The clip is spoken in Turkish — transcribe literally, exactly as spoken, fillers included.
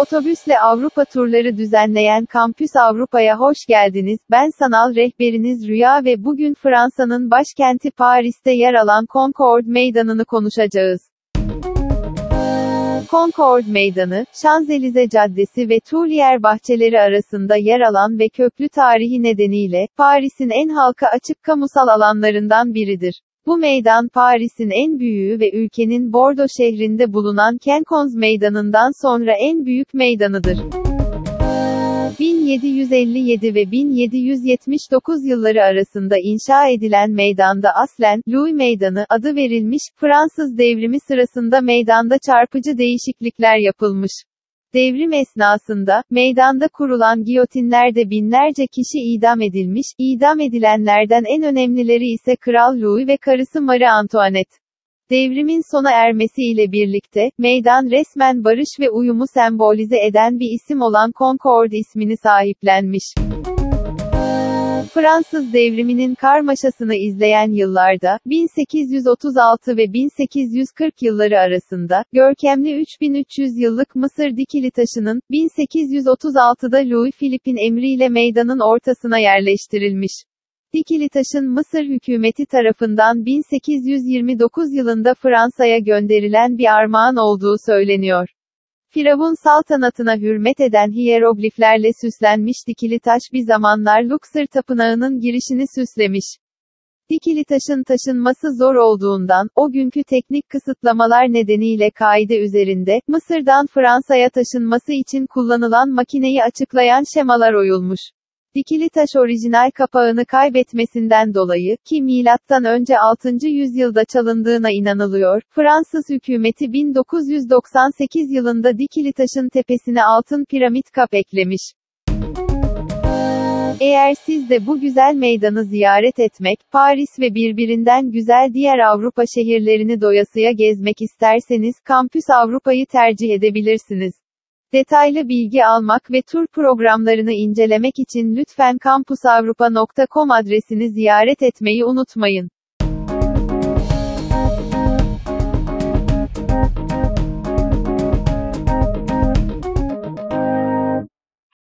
Otobüsle Avrupa turları düzenleyen Kampüs Avrupa'ya hoş geldiniz. Ben sanal rehberiniz Rüya ve bugün Fransa'nın başkenti Paris'te yer alan Concorde Meydanı'nı konuşacağız. Concorde Meydanı, Şanzelize Caddesi ve Tuileries bahçeleri arasında yer alan ve köklü tarihi nedeniyle, Paris'in en halka açık kamusal alanlarından biridir. Bu meydan Paris'in en büyüğü ve ülkenin Bordeaux şehrinde bulunan Quinconce Meydanı'ndan sonra en büyük meydanıdır. bin yedi yüz elli yedi ve bin yedi yüz yetmiş dokuz yılları arasında inşa edilen meydanda aslen, Louis Meydanı adı verilmiş, Fransız devrimi sırasında meydanda çarpıcı değişiklikler yapılmış. Devrim esnasında, meydanda kurulan giyotinlerde binlerce kişi idam edilmiş, idam edilenlerden en önemlileri ise Kral Louis ve karısı Marie Antoinette. Devrimin sona ermesiyle birlikte, meydan resmen barış ve uyumu sembolize eden bir isim olan Concorde ismini sahiplenmiş. Fransız devriminin karmaşasını izleyen yıllarda, bin sekiz yüz otuz altı ve bin sekiz yüz kırk yılları arasında, görkemli üç bin üç yüz yıllık Mısır dikili taşının, bin sekiz yüz otuz altıda Louis Philippe'in emriyle meydanın ortasına yerleştirilmiş. Dikili taşın Mısır hükümeti tarafından bin sekiz yüz yirmi dokuz yılında Fransa'ya gönderilen bir armağan olduğu söyleniyor. Firavun saltanatına hürmet eden hiyerogliflerle süslenmiş dikili taş bir zamanlar Luxor tapınağının girişini süslemiş. Dikili taşın taşınması zor olduğundan, o günkü teknik kısıtlamalar nedeniyle kaide üzerinde, Mısır'dan Fransa'ya taşınması için kullanılan makineyi açıklayan şemalar oyulmuş. Dikili taş orijinal kapağını kaybetmesinden dolayı, ki milattan önce altıncı yüzyılda çalındığına inanılıyor, Fransız hükümeti bin dokuz yüz doksan sekiz yılında dikili taşın tepesine altın piramit kap eklemiş. Eğer siz de bu güzel meydanı ziyaret etmek, Paris ve birbirinden güzel diğer Avrupa şehirlerini doyasıya gezmek isterseniz, Kampüs Avrupa'yı tercih edebilirsiniz. Detaylı bilgi almak ve tur programlarını incelemek için lütfen kampusavrupa nokta com adresini ziyaret etmeyi unutmayın.